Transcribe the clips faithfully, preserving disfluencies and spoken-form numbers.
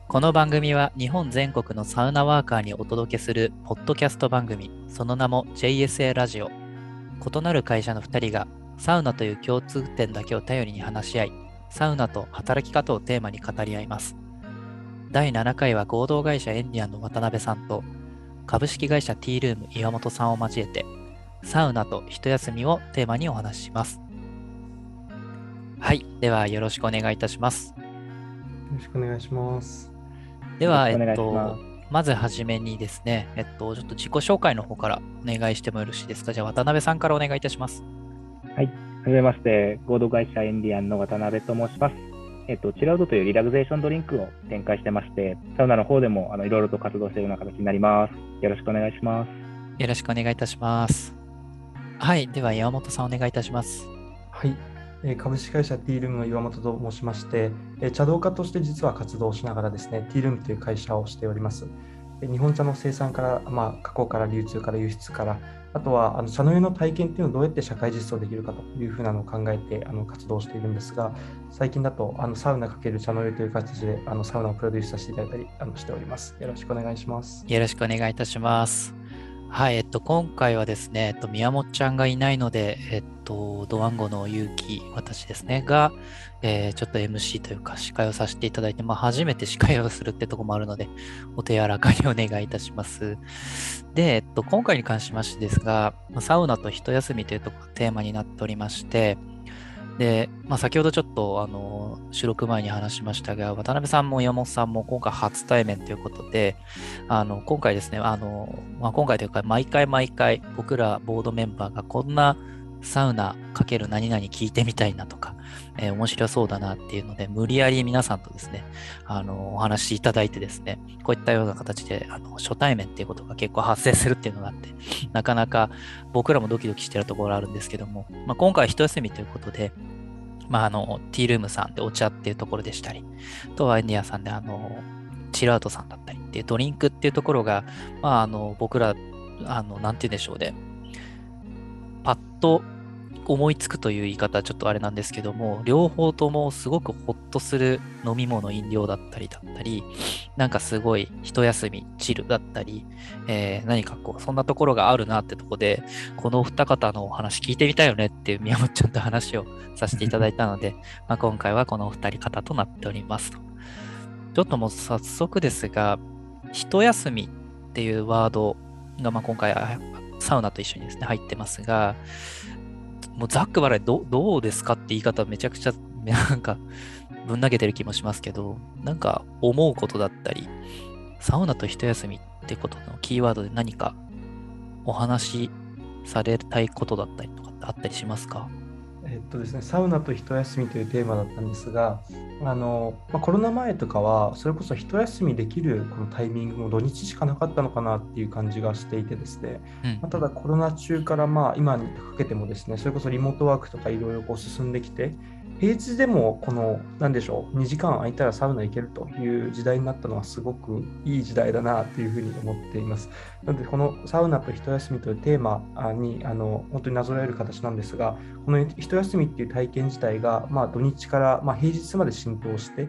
この番組は日本全国のサウナワーカーにお届けするポッドキャスト番組、その名も ジェイエスエー ラジオ。異なる会社のふたりがサウナという共通点だけを頼りに話し合い、サウナと働き方をテーマに語り合います。だいななかいは合同会社エンディアンの渡辺さんと株式会社ティールーム岩本さんを交えて、サウナと一休みをテーマにお話しします。はい、ではよろしくお願いいたします。 よろしくお願いします。 では、えっよろしくお願いしまと、 す。 まずはじめにですね、えっと、ちょっと自己紹介の方からお願いしてもよろしいですか。じゃあ、渡辺さんからお願いいたします。 はい。はじめまして、合同会社エンディアンの渡辺と申します。えっと、チルアウトというリラクゼーションドリンクを展開してまして、サウナの方でもあのいろいろと活動しているような形になります。よろしくお願いします。 よろしくお願いいたします。はい。では、岩本さんお願いいたします。 はい、えー株式会社ティールームの岩本と申しまして、えー茶道家として実は活動しながらですね、ティールームという会社をしております。えー日本茶の生産から、まあ、加工から流通から輸出から、あとはあの茶の湯の体験っていうのをどうやって社会実装できるかというふうなのを考えてあの活動しているんですが、最近だとあのサウナ×茶の湯という形であのサウナをプロデュースさせていただいたりあのしております。よろしくお願いします。 よろしくお願いいたします。はい。えっと、今回はですね、えっと、宮本ちゃんがいないので、えっと、ドワンゴの勇気、私ですね、が、えーちょっと エムシー というか司会をさせていただいて、まあ、初めて司会をするってとこもあるので、お手柔らかにお願いいたします。で、えっと、今回に関しましてですが、サウナと一休みというところがテーマになっておりまして、で、まあ、先ほどちょっと、あの、収録前に話しましたが、渡辺さんも山本さんも今回初対面ということで、あの、今回ですね、あの、まあ、今回というか、毎回毎回、僕らボードメンバーがこんなサウナかける何々聞いてみたいなとか、えー面白そうだなっていうので、無理やり皆さんとですね、あの、お話しいただいてですね、こういったような形で、あの、初対面っていうことが結構発生するっていうのがあって、なかなか僕らもドキドキしてるところあるんですけども、まあ、今回は一休みということで、まあ、あの、ティールームさんでお茶っていうところでしたり、あとはエンディアさんであの、チルアウトさんだったりっていうドリンクっていうところが、まあ、あの、僕ら、あの、なんて言うんでしょうね、パッと思いつくという言い方はちょっとあれなんですけども、両方ともすごくホッとする飲み物、飲料だったりだったり、なんかすごい一休み、チルだったり、えー何かこう、そんなところがあるなってとこで、このお二方のお話聞いてみたいよねっていう宮本ちゃんと話をさせていただいたので、まあ、今回はこのお二人方となっておりますと。ちょっともう早速ですが、一休みっていうワードが、まあ、今回はサウナと一緒にですね、入ってますが、もうざっくばらんにどどうですかって言い方めちゃくちゃなんかぶん投げてる気もしますけど、なんか思うことだったり、サウナと一休みってことのキーワードで何かお話しされたいことだったりとかってあったりしますか？ えっとですね、サウナと一休みというテーマだったんですが、あのまあ、コロナ前とかは、それこそ一休みできるこのタイミングも土日しかなかったのかなっていう感じがしていてですね、 うんまあ、ただコロナ中からまあ今にかけてもですね、それこそリモートワークとかいろいろこう進んできて、平日でもこの、なんでしょう、にじかん空いたらサウナ行けるという時代になったのはすごくいい時代だなというふうに思っています。なので、このサウナと一休みというテーマにあの本当になぞらえる形なんですが、この一休みっていう体験自体が、まあ、土日から、まあ、平日まで浸透して、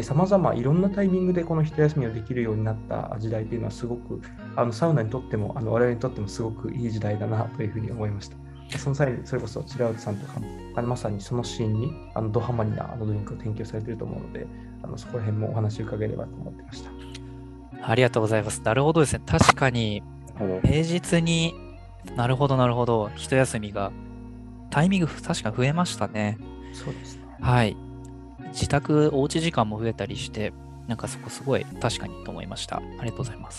さまざまいろんなタイミングでこの一休みをできるようになった時代というのはすごくあのサウナにとってもあの我々にとってもすごくいい時代だなというふうに思いました。その際にそれこそチルアウトさんとかもあのまさにそのシーンにあのドハマりなあのドリンクを提供されていると思うので、あのそこら辺もお話を伺えればと思ってました。 ありがとうございます。なるほどですね。確かになるほど。 平日になるほどなるほど一休みがタイミング確か増えましたね。 そうですね。 はい。自宅、おうち時間も増えたりして、なんかそこすごい確かにと思いました。ありがとうございます。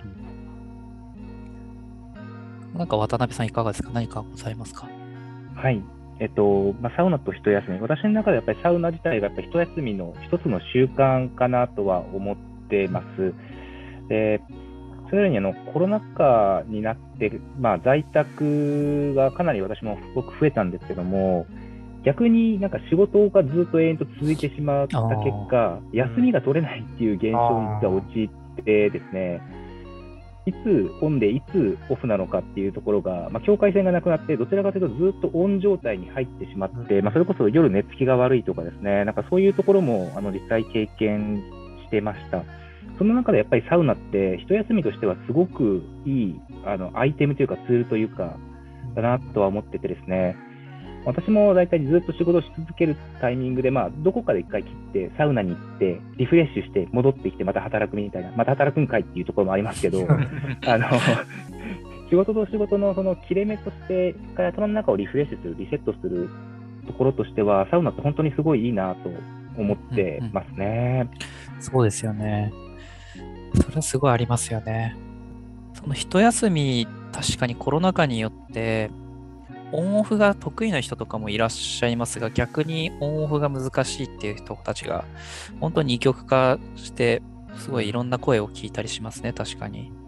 なんか渡辺さんいかがですか？何かございますか？ はい。えっと、まあ、サウナと一休み。私の中でやっぱりサウナ自体がやっぱり一休みの一つの習慣かなとは思ってます。で、それよりにあのコロナ禍になって、まあ、在宅がかなり私もすごく増えたんですけども、逆になんか仕事がずっと永遠と続いてしまった結果、休みが取れないっていう現象に実は陥ってですね、いつオンでいつオフなのかっていうところが、まあ、境界線がなくなって、どちらかというとずっとオン状態に入ってしまって、まあ、それこそ夜寝つきが悪いとかですね、なんかそういうところもあの実際経験ししてました。その中でやっぱりサウナって一休みとしてはすごくいいあのアイテムというかツールというかだなとは思っててですね、私も大体ずっと仕事し続けるタイミングで、まあ、どこかで一回切ってサウナに行ってリフレッシュして戻ってきてまた働くみたいな、また働くんかいっていうところもありますけどあの仕事と仕事のその切れ目として一回頭の中をリフレッシュするリセットするところとしてはサウナって本当にすごいいいなと思ってますね。 うんうん、そうですよね。それはすごいありますよね。その一休み、確かにコロナ禍によってオンオフが得意な人とかもいらっしゃいますが、逆にオンオフが難しいっていう人たちが本当に二極化して、すごいいろんな声を聞いたりしますね、確かに。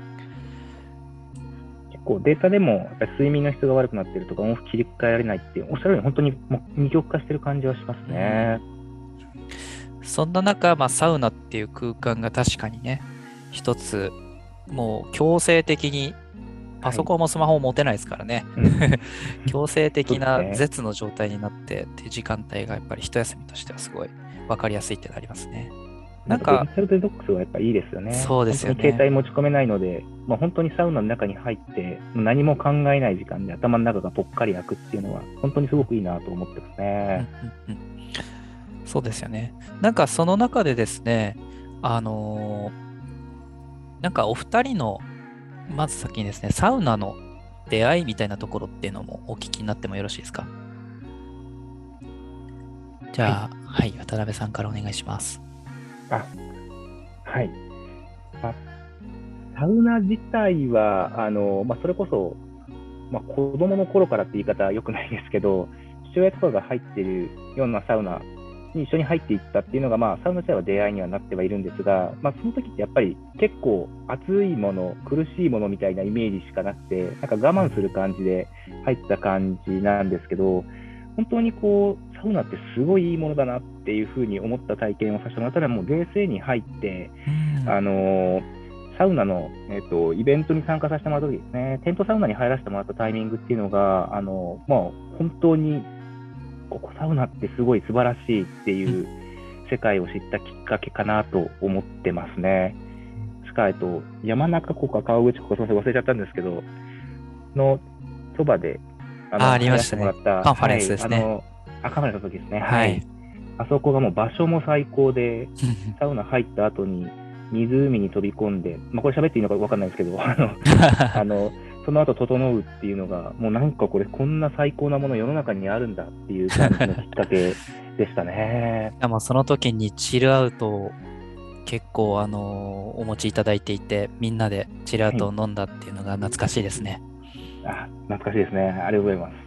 結構データでもやっぱり睡眠の質が悪くなっているとか、オンオフ切り替えられないっていう、おっしゃるように本当にもう二極化してる感じはしますね。 うん、そんな中、まあ、サウナっていう空間が確かにね、一つ、もう強制的にパソコンもスマホも持てないですからね、はいうん、強制的な絶の状態になってっていう時間帯がやっぱり一休みとしてはすごい分かりやすいってなりますね。 なんかデジタルデトックスはやっぱいいですよね。 そうですよね。 本当に携帯持ち込めないので、まあ、本当にサウナの中に入って何も考えない時間で頭の中がぽっかり開くっていうのは本当にすごくいいなと思ってますね。 うんうんうん、そうですよね。なんかその中でですね、あのー、なんかお二人のまず先にですね、サウナの出会いみたいなところっていうのもお聞きになってもよろしいですか？じゃあ、はい、はい、渡辺さんからお願いします。 あ、はい。まあ、サウナ自体は、あの、まあ、それこそ、まあ、子供の頃からって言い方は良くないですけど、父親とかが入っているようなサウナに一緒に入っていったっていうのが、まあ、サウナ自体は出会いにはなってはいるんですが、まあ、その時ってやっぱり結構暑いもの、苦しいものみたいなイメージしかなくて、なんか我慢する感じで入った感じなんですけど、本当にこう、サウナってすごいいいものだなっていうふうに思った体験をさせてもらったら、もう冷静に入って、あのサウナの、えーと、イベントに参加させてもらった時ですね、テントサウナに入らせてもらったタイミングっていうのが、あのまあ、本当にここサウナってすごい素晴らしいっていう世界を知ったきっかけかなと思ってますね。しか、えっと、山中湖か川口湖かすみません忘れちゃったんですけど、のそばで、 あの、あ、ありましたね。カンファレンスですね。 はい、あのあカンファレンスの時ですね。 はい。はい、 あそこがもう場所も最高で、サウナ入った後に湖に飛び込んで、まあ、これ喋っていいのか分かんないですけど、あの、あのその後整うっていうのが、もうなんかこれ、こんな最高なもの世の中にあるんだっていう感じのきっかけでしたね。 まあその時にチルアウトを結構、あのー、お持ちいただいていて、みんなでチルアウトを飲んだっていうのが懐かしいですね。 はい、あ、懐かしいですね。ありがとうございます。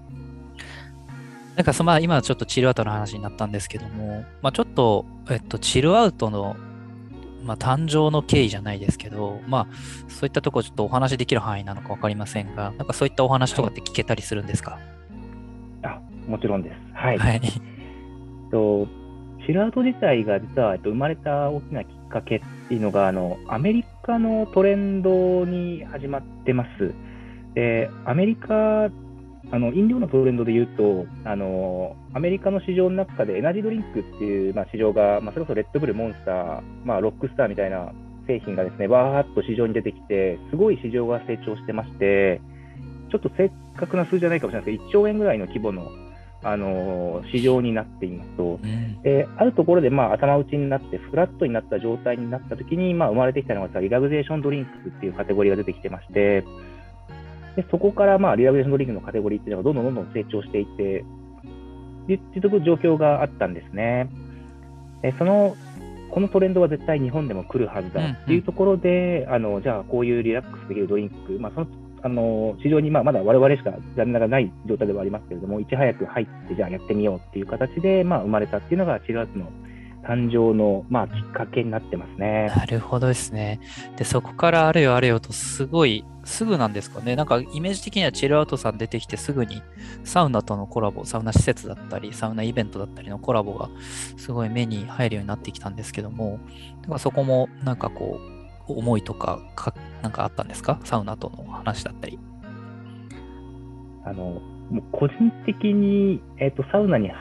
なんかそ、まあ、今ちょっとチルアウトの話になったんですけども、まあ、ちょっと、えっと、チルアウトの、まあ、誕生の経緯じゃないですけど、まあ、そういったところちょっとお話できる範囲なのか分かりませんが、なんかそういったお話とかって聞けたりするんですか？ はい、あ、もちろんです。はい。 はい、 とチルアウト自体が実は、えっと、生まれた大きなきっかけっていうのが、あのアメリカのトレンドに始まってます。で、アメリカあの飲料のトレンドでいうと、あのアメリカの市場の中でエナジードリンクっていう、まあ、市場が、まあ、それこそレッドブル、モンスター、まあ、ロックスターみたいな製品がですね、わーっと市場に出てきて、すごい市場が成長してまして、ちょっと正確な数字じゃないかもしれないですけど、いっちょうえんぐらいの規模の、あの市場になっていますと、うん、であるところで、まあ、頭打ちになって、フラットになった状態になったときに、まあ、生まれてきたのがリラクゼーションドリンクっていうカテゴリーが出てきてまして、でそこからまあリラクゼーションドリンクのカテゴリーっていうのがどんどんどんどん成長していってっていう状況があったんですね。でそのこのトレンドは絶対日本でも来るはずだっていうところで、うんうん、あのじゃあこういうリラックスできるドリンク、まあ、そのあの市場にまあまだ我々しか残念ながらない状態ではありますけれども、いち早く入ってじゃあやってみようっていう形でまあ生まれたっていうのがチルアウトの誕生のまあきっかけになってますね。 なるほどですね。で、そこからあれよあれよとすごいすぐなんですかね。なんかイメージ的にはチルアウトさん出てきてすぐにサウナとのコラボ、サウナ施設だったり、サウナイベントだったりのコラボがすごい目に入るようになってきたんですけども、だからそこもなんかこう、思いとかか、なんかあったんですか？サウナとの話だったり。 あの、もう個人的に、えーと、サウナに入っ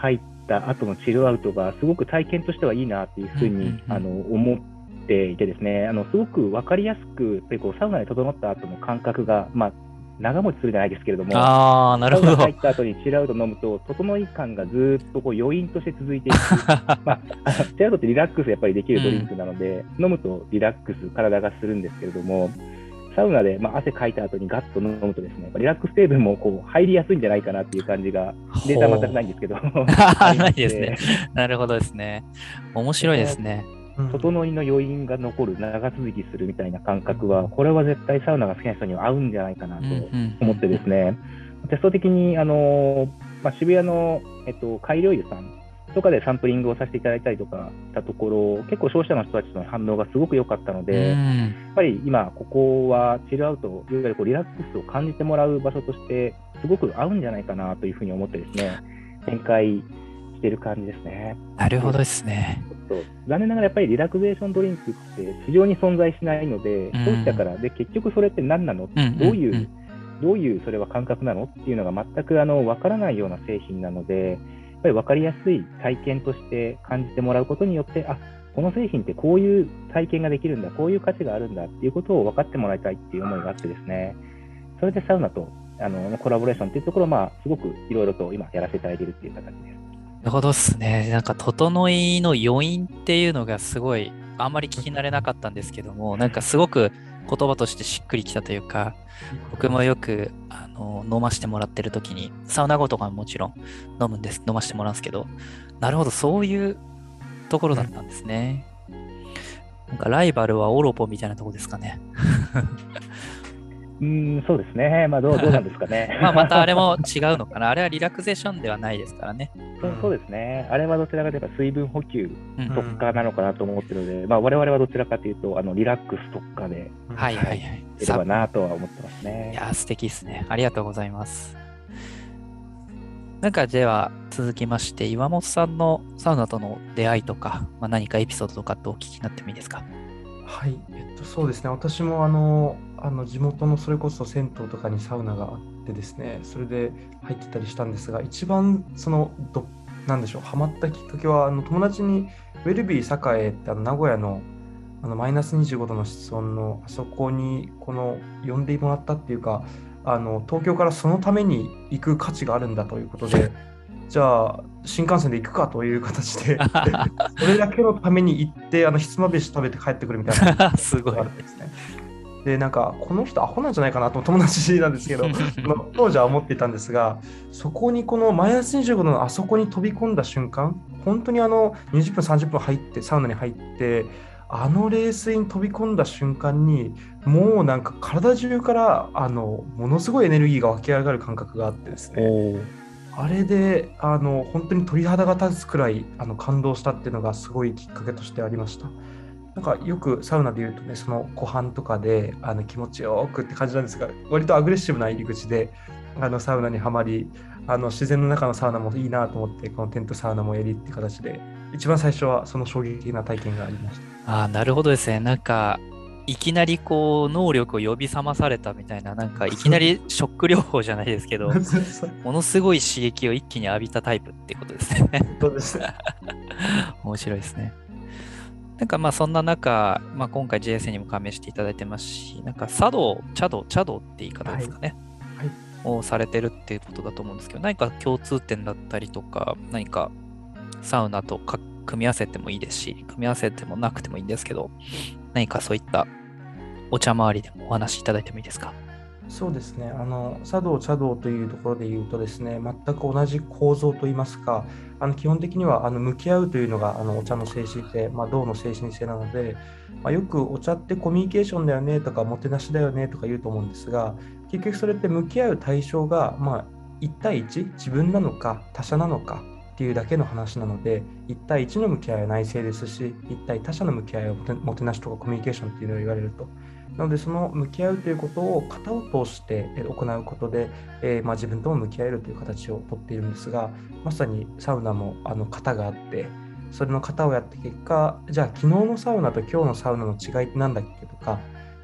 った後のチルアウトがすごく体験としてはいいなっていうふうに、うんうんうん、あの思っていてですね、あのすごく分かりやすくやっぱりこうサウナで整った後の感覚が、まあ、長持ちするじゃないですけれども、 あ、なるほど。 サウナ入った後にチルアウト飲むと整い感がずっとこう余韻として続いていくまあ、チルアウトってリラックスやっぱりできるドリンクなので、うん、飲むとリラックス体がするんですけれども、サウナで、まあ、汗かいた後にガッと飲むとですね、リラックス成分もこう入りやすいんじゃないかなっていう感じが、データは全くないんですけどないですね。なるほどですね。面白いですね。 整いの余韻が残る、長続きするみたいな感覚は、これは絶対サウナが好きな人には合うんじゃないかなと思ってですね、テスト的にあの、まあ、渋谷の、えっと、改良湯さんとかでサンプリングをさせていただいたりとかしたところ、結構消費者の人たちの反応がすごく良かったので、やっぱり今ここはチルアウト、いわゆるこうリラックスを感じてもらう場所としてすごく合うんじゃないかなというふうに思ってですね、展開している感じですね。 なるほどですね。 残念ながらやっぱりリラクゼーションドリンクって市場に存在しないので、消費者からで結局それって何なの、うん、どういう、うん、どういうそれは感覚なのっていうのが全くあの分からないような製品なので、やっぱり分かりやすい体験として感じてもらうことによって、あ、この製品ってこういう体験ができるんだ、こういう価値があるんだっていうことを分かってもらいたいっていう思いがあってですね、それでサウナとあのコラボレーションっていうところを、まあ、すごくいろいろと今やらせていただいているっていう形です。 なるほどですね。なんか整いの余韻っていうのがすごいあんまり聞き慣れなかったんですけども、なんかすごく言葉としてしっくりきたというか、僕もよくあの飲ませてもらってる時にサウナ後とかももちろん飲むんです飲ませてもらうんですけど、なるほど、そういうところだったんですね。なんかライバルはオロポみたいなところですかね。 うーん、そうですね。まあどう、どうなんですかね。 まあまたあれも違うのかな。あれはリラクゼーションではないですからね。 そう、そうですね。あれはどちらかというと水分補給特化なのかなと思ってるので、うん、まあ我々はどちらかというとあのリラックス特化で、 はいはいはい。 いればなとは思ってますね。 いや、素敵ですね。ありがとうございます。なんかでは続きまして岩本さんのサウナとの出会いとか、まあ、何かエピソードとかってお聞きになってもいいですか？ はい、えっと、そうですね。私もあの、あの地元のそれこそ銭湯とかにサウナがあってですね、それで入ってたりしたんですが、一番そのど、なんでしょう、ハマったきっかけは、あの友達にウェルビー栄ってあの名古屋の、あのマイナスにじゅうごどの室温のあそこにこの呼んでもらったっていうか、あの東京からそのために行く価値があるんだということで、じゃあ新幹線で行くかという形でそれだけのために行ってあのひつまぶし食べて帰ってくるみたいなすごいですね。でなんかこの人アホなんじゃないかなと友達なんですけど当時は思っていたんですが、そこにこのマイナスにじゅうごどのあそこに飛び込んだ瞬間、本当にあのにじゅっぷんさんじゅっぷん入ってサウナに入ってあの冷水に飛び込んだ瞬間にもうなんか体中からあのものすごいエネルギーが湧き上がる感覚があってですね、あれであの本当に鳥肌が立つくらいあの感動したっていうのがすごいきっかけとしてありました。なんかよくサウナで言うとね、その湖畔とかであの気持ちよくって感じなんですが、割とアグレッシブな入り口であのサウナにはまり、あの自然の中のサウナもいいなと思って、このテントサウナもやりって形で、一番最初はその衝撃的な体験がありました。 ああ、なるほどですね。なんかいきなりこう能力を呼び覚まされたみたいな、なんかいきなりショック療法じゃないですけど、ものすごい刺激を一気に浴びたタイプってことですね。 そうです面白いですね。なんかまあそんな中、まあ、今回 ジェイエスエー にも加盟していただいてますし、なんか茶道、茶道、茶道って言い方ですかね、 はいはい、をされてるっていうことだと思うんですけど、何か共通点だったりとか、何かサウナとか組み合わせてもいいですし、組み合わせてもなくてもいいんですけど、何かそういったお茶回りでもお話しいただいてもいいですか？ そうですね。あの茶道、茶道というところで言うとですね、全く同じ構造といいますか、あの基本的にはあの向き合うというのがあのお茶の精神性、まあ、道の精神性なので、まあ、よくお茶ってコミュニケーションだよねとか、もてなしだよねとか言うと思うんですが、結局それって向き合う対象が、まあ、いち対いち、自分なのか他者なのかっていうだけの話なので、いち対いちの向き合いは内省ですし、いち対他者の向き合いはもてなしとかコミュニケーションっていうのを言われると。なのでその向き合うということを型を通して行うことで、えーまあ、自分とも向き合えるという形をとっているんですが、まさにサウナもあの型があって、それの型をやった結果、じゃあ昨日のサウナと今日のサウナの違いって何だっけとか、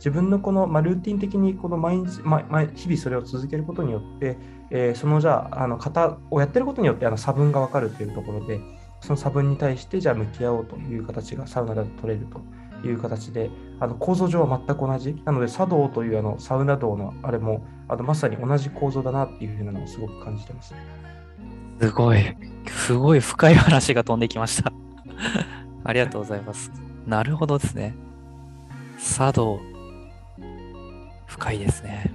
自分のこの、まあ、ルーティン的にこの毎日、まあ、日々それを続けることによって、えー、そのじゃあ、あの型をやってることによってあの差分が分かるというところで、その差分に対してじゃあ向き合おうという形がサウナだと取れるという形で、あの構造上は全く同じ。なので、茶道というあのサウナ道のあれもあのまさに同じ構造だなっていうふうなのをすごく感じてますね。 すごい、すごい深い話が飛んできました。ありがとうございます。なるほどですね。茶道、深いですね。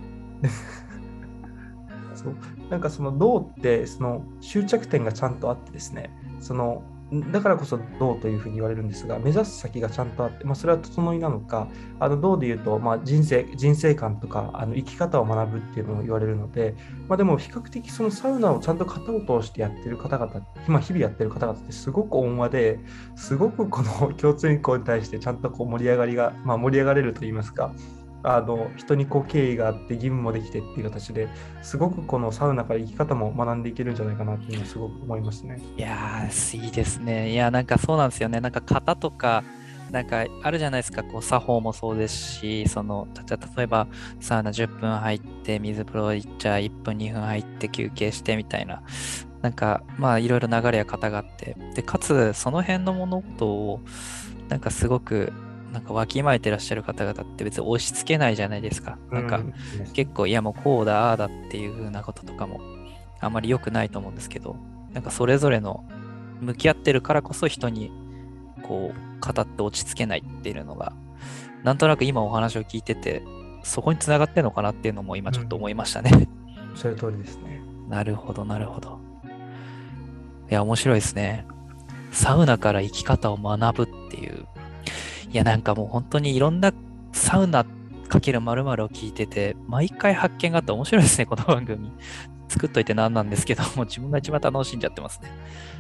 そうなんかその道ってその終着点がちゃんとあってですね、そのだからこそ道というふうに言われるんですが、目指す先がちゃんとあって、まあ、それは整いなのか、あの道で言うと、まあ、人生人生観とかあの生き方を学ぶっていうのを言われるので、まあ、でも比較的そのサウナをちゃんと型を通してやってる方々、今日々やってる方々ってすごく温和で、すごくこの共通項に対してちゃんとこう盛り上がりが、まあ、盛り上がれると言いますか、あの人にこう敬意があって義務もできてっていう形ですごくこのサウナから生き方も学んでいけるんじゃないかなっていうのはすごく思いますね。 いやー、いいですね。いや、なんかそうなんですよね。なんか型とか、なんかあるじゃないですか、こう作法もそうですし、そのた例えばサウナじゅっぷん入って水風呂行っちゃいっぷんにふん入って休憩してみたいな、なんかまあいろいろ流れや型があって、でかつその辺の物事をなんかすごくなんかわきまえてらっしゃる方々って別に押し付けないじゃないですか。なんか結構いやもうこうだああだっていう風なこととかもあんまり良くないと思うんですけど、なんかそれぞれの向き合ってるからこそ人にこう語って落ち着けないっていうのがなんとなく今お話を聞いててそこにつながってるのかなっていうのも今ちょっと思いましたね。 おっしゃる通りですね。 なるほどなるほど。いや面白いですね。サウナから生き方を学ぶっていう。いやなんかもう本当にいろんなサウナかける〇〇を聞いてて毎回発見があって面白いですねこの番組。作っといてなんなんですけども自分が一番楽しんじゃってますね。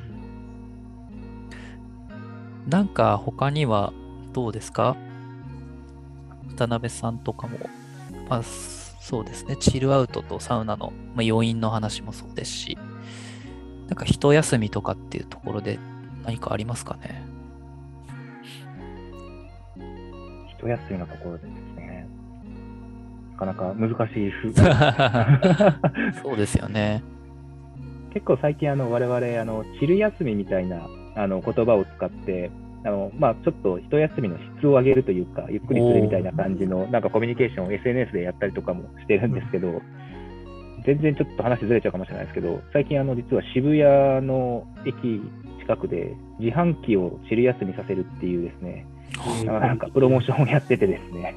なんか他にはどうですか？渡辺さんとかも、まあ、そうですね、チルアウトとサウナの、まあ、要因の話もそうですし、なんか一休みとかっていうところで何かありますかね？ 一休みのところでですね、なかなか難しいそうですよね。 結構最近あの我々あのチル休みみたいなあの言葉を使ってあの、まあ、ちょっと一休みの質を上げるというかゆっくりするみたいな感じのなんかコミュニケーションを エスエヌエス でやったりとかもしてるんですけど、全然ちょっと話ずれちゃうかもしれないですけど、最近あの実は渋谷の駅近くで自販機をチル休みさせるっていうですね、なんかプロモーションをやっててですね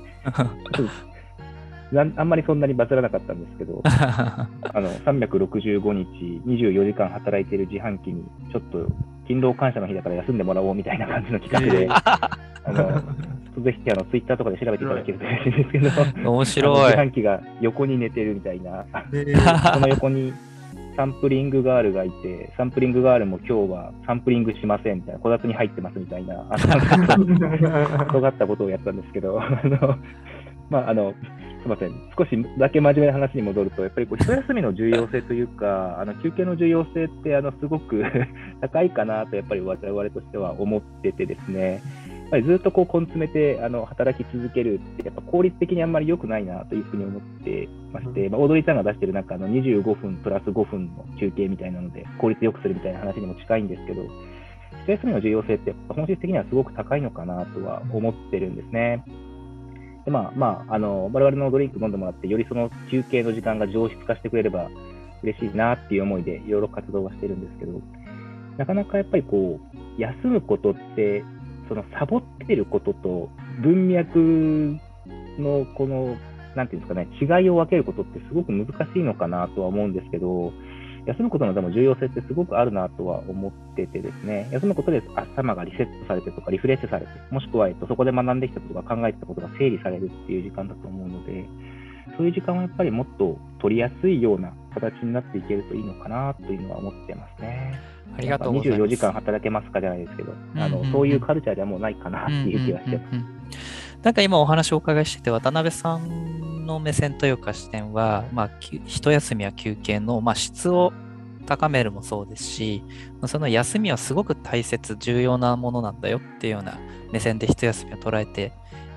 あんまりそんなにバズらなかったんですけどあのさんびゃくろくじゅうごにちにじゅうよじかん働いている自販機にちょっと勤労感謝の日だから休んでもらおうみたいな感じの企画で、えー、あのぜひあのツイッターとかで調べていただけると嬉しいんですけど面白い。 自販機が横に寝てるみたいな、えー、その横にサンプリングガールがいて、サンプリングガールも今日はサンプリングしませんみたいな、こたつに入ってますみたいな、あの尖ったことをやったんですけど、あのまああのすみません、少しだけ真面目な話に戻ると、やっぱりこう一休みの重要性というか、あの休憩の重要性ってあのすごく高いかなと、やっぱり我々としては思っててですね、やっぱりずっとこう根詰めてあの働き続けるって、やっぱ効率的にあんまり良くないなというふうに思ってまして、まあ、オードリーさんが出しているなんかあのにじゅうごふんプラスごふんの休憩みたいなので、効率よくするみたいな話にも近いんですけど、一休みの重要性って本質的にはすごく高いのかなとは思ってるんですね。でまあまあ、あの我々のドリンク飲んでもらって、よりその休憩の時間が上質化してくれれば嬉しいなっていう思いでいろいろ活動はしてるんですけど、なかなかやっぱりこう休むことって、そのサボってることと文脈のこのなんていうんですかね、違いを分けることってすごく難しいのかなとは思うんですけど、休むことのでも重要性ってすごくあるなとは思っててですね、休むことで頭がリセットされてとかリフレッシュされて、もしくは、えっと、そこで学んできたことが考えてたことが整理されるっていう時間だと思うので、そういう時間はやっぱりもっと取りやすいような形になっていけるといいのかなというのは思ってますね。 ありがとうございます。 にじゅうよじかん働けますかじゃないですけど、あの、うんうんうん、そういうカルチャーではもうないかなっていう気がしてます。 うんうんうんうん、なんか今お話をお伺いしてて、渡辺さんの目線というか視点は、まあ、一休みや休憩の、まあ、質を高めるもそうですし、その休みはすごく大切、重要なものなんだよっていうような目線で一休みを捉えて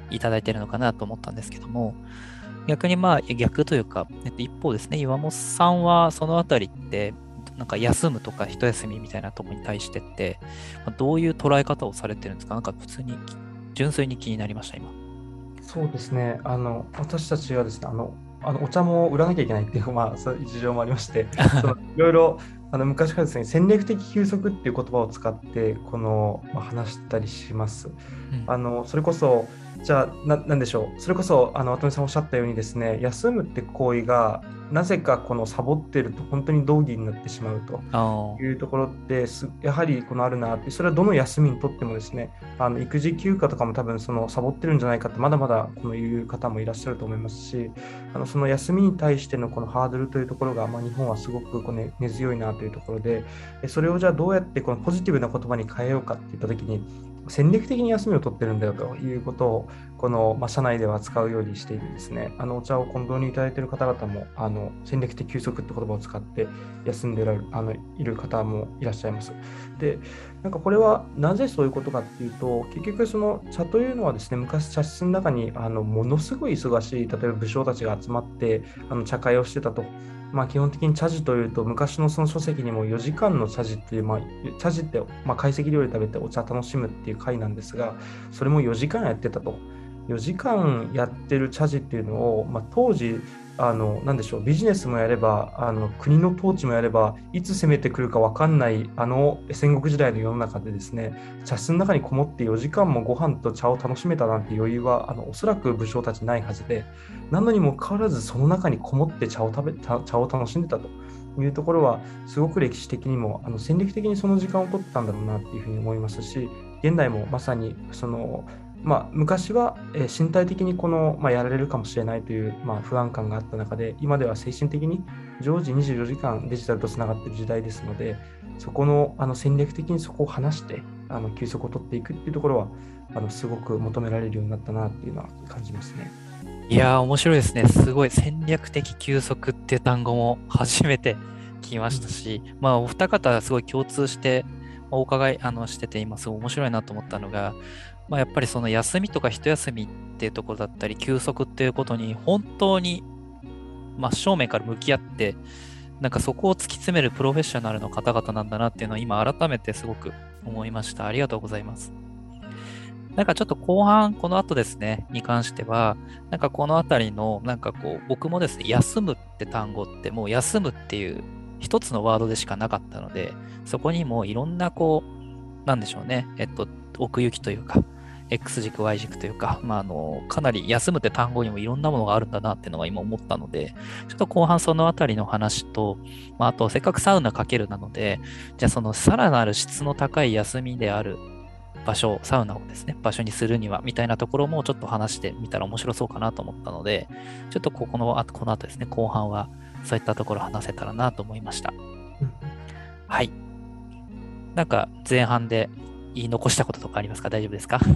いただいているのかなと思ったんですけども、逆にまあ逆というか、えっと、一方ですね、岩本さんはそのあたりって、なんか休むとか一休みみたいなところに対してって、どういう捉え方をされてるんですか？なんか普通に、純粋に気になりました、今。 そうですね。あの、私たちはですね、あの、あのお茶も売らなきゃいけないっていう、まあ、そういう事情もありまして、そのいろいろあの昔からですね、戦略的休息っていう言葉を使って、この、まあ、話したりします。 うんあの、それこそ、じゃあ、な、なんでしょう。それこそ、あの、渡辺さんおっしゃったようにですね、休むって行為が、なぜかこのサボってると本当に道義になってしまうとあいうところってす、やはりこのあるなって、それはどの休みにとってもですね、あの育児休暇とかも多分そのサボってるんじゃないかってまだまだこの言う方もいらっしゃると思いますし、あのその休みに対してのこのハードルというところが、まあ、日本はすごくこう、ね、根強いなというところで、それをじゃあどうやってこのポジティブな言葉に変えようかっていったときに、戦略的に休みを取ってるんだよということをこの、まあ、社内では使うようにしていてですね、あのお茶を混同にいただいている方々もあの戦略的休息って言葉を使って休んでいるあのいる方もいらっしゃいます。で、なんかこれはなぜそういうことかっていうと、結局その茶というのはですね、昔茶室の中にあのものすごい忙しい、例えば武将たちが集まってあの茶会をしてたと。まあ、基本的に茶事というと、昔のその書籍にもよじかんの茶事っていう、まあ、茶事って、まあ、懐石料理食べてお茶楽しむっていう会なんですが、それもよじかんやってたと。よじかんやってる茶事っていうのを、まあ、当時、あの、なんでしょう、ビジネスもやれば、あの、国の統治もやれば、いつ攻めてくるか分かんない、あの、戦国時代の世の中でですね、茶室の中にこもってよじかんもご飯と茶を楽しめたなんて余裕は、あの、おそらく武将たちないはずで、なのにもかかわらずその中にこもって茶を食べ茶茶を楽しんでたというところはすごく歴史的にもあの戦略的にその時間を取ってたんだろうなっていうふうに思いますし、現代もまさにその、まあ、昔はえー身体的にこの、まあ、やられるかもしれないという、まあ、不安感があった中で、今では精神的に常時にじゅうよじかんデジタルとつながっている時代ですので、そこの、あの戦略的にそこを離してあの休息を取っていくっていうところはあのすごく求められるようになったなっていうのは感じますね。 いやー、面白いですね。すごい戦略的休息っていう単語も初めて聞きましたし、まあ、お二方すごい共通してお伺いあのしてて、今すごい面白いなと思ったのが、まあ、やっぱりその休みとか一休みっていうところだったり、休息っていうことに本当に真正面から向き合って、なんかそこを突き詰めるプロフェッショナルの方々なんだなっていうのを今改めてすごく思いました。ありがとうございます。なんかちょっと後半、この後ですね、に関しては、なんかこのあたりの、なんかこう、僕もですね、休むって単語ってもう休むっていう一つのワードでしかなかったので、そこにもいろんなこう、なんでしょうね、えっと、奥行きというか、X 軸、Y 軸というか、まあ、あの、かなり休むって単語にもいろんなものがあるんだなっていうのが今思ったので、ちょっと後半そのあたりの話と、まあ、あとせっかくサウナかけるなので、じゃあそのさらなる質の高い休みである場所、サウナをですね、場所にするには、みたいなところもちょっと話してみたら面白そうかなと思ったので、ちょっとここの、あこの後ですね、後半はそういったところ話せたらなと思いました。 うんはい。なんか前半で言い残したこととかありますか？大丈夫ですか？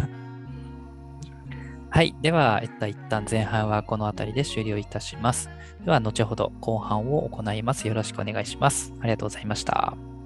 はい。では、えっと、一旦前半はこの辺りで終了いたします。では、後ほど後半を行います。よろしくお願いします。ありがとうございました。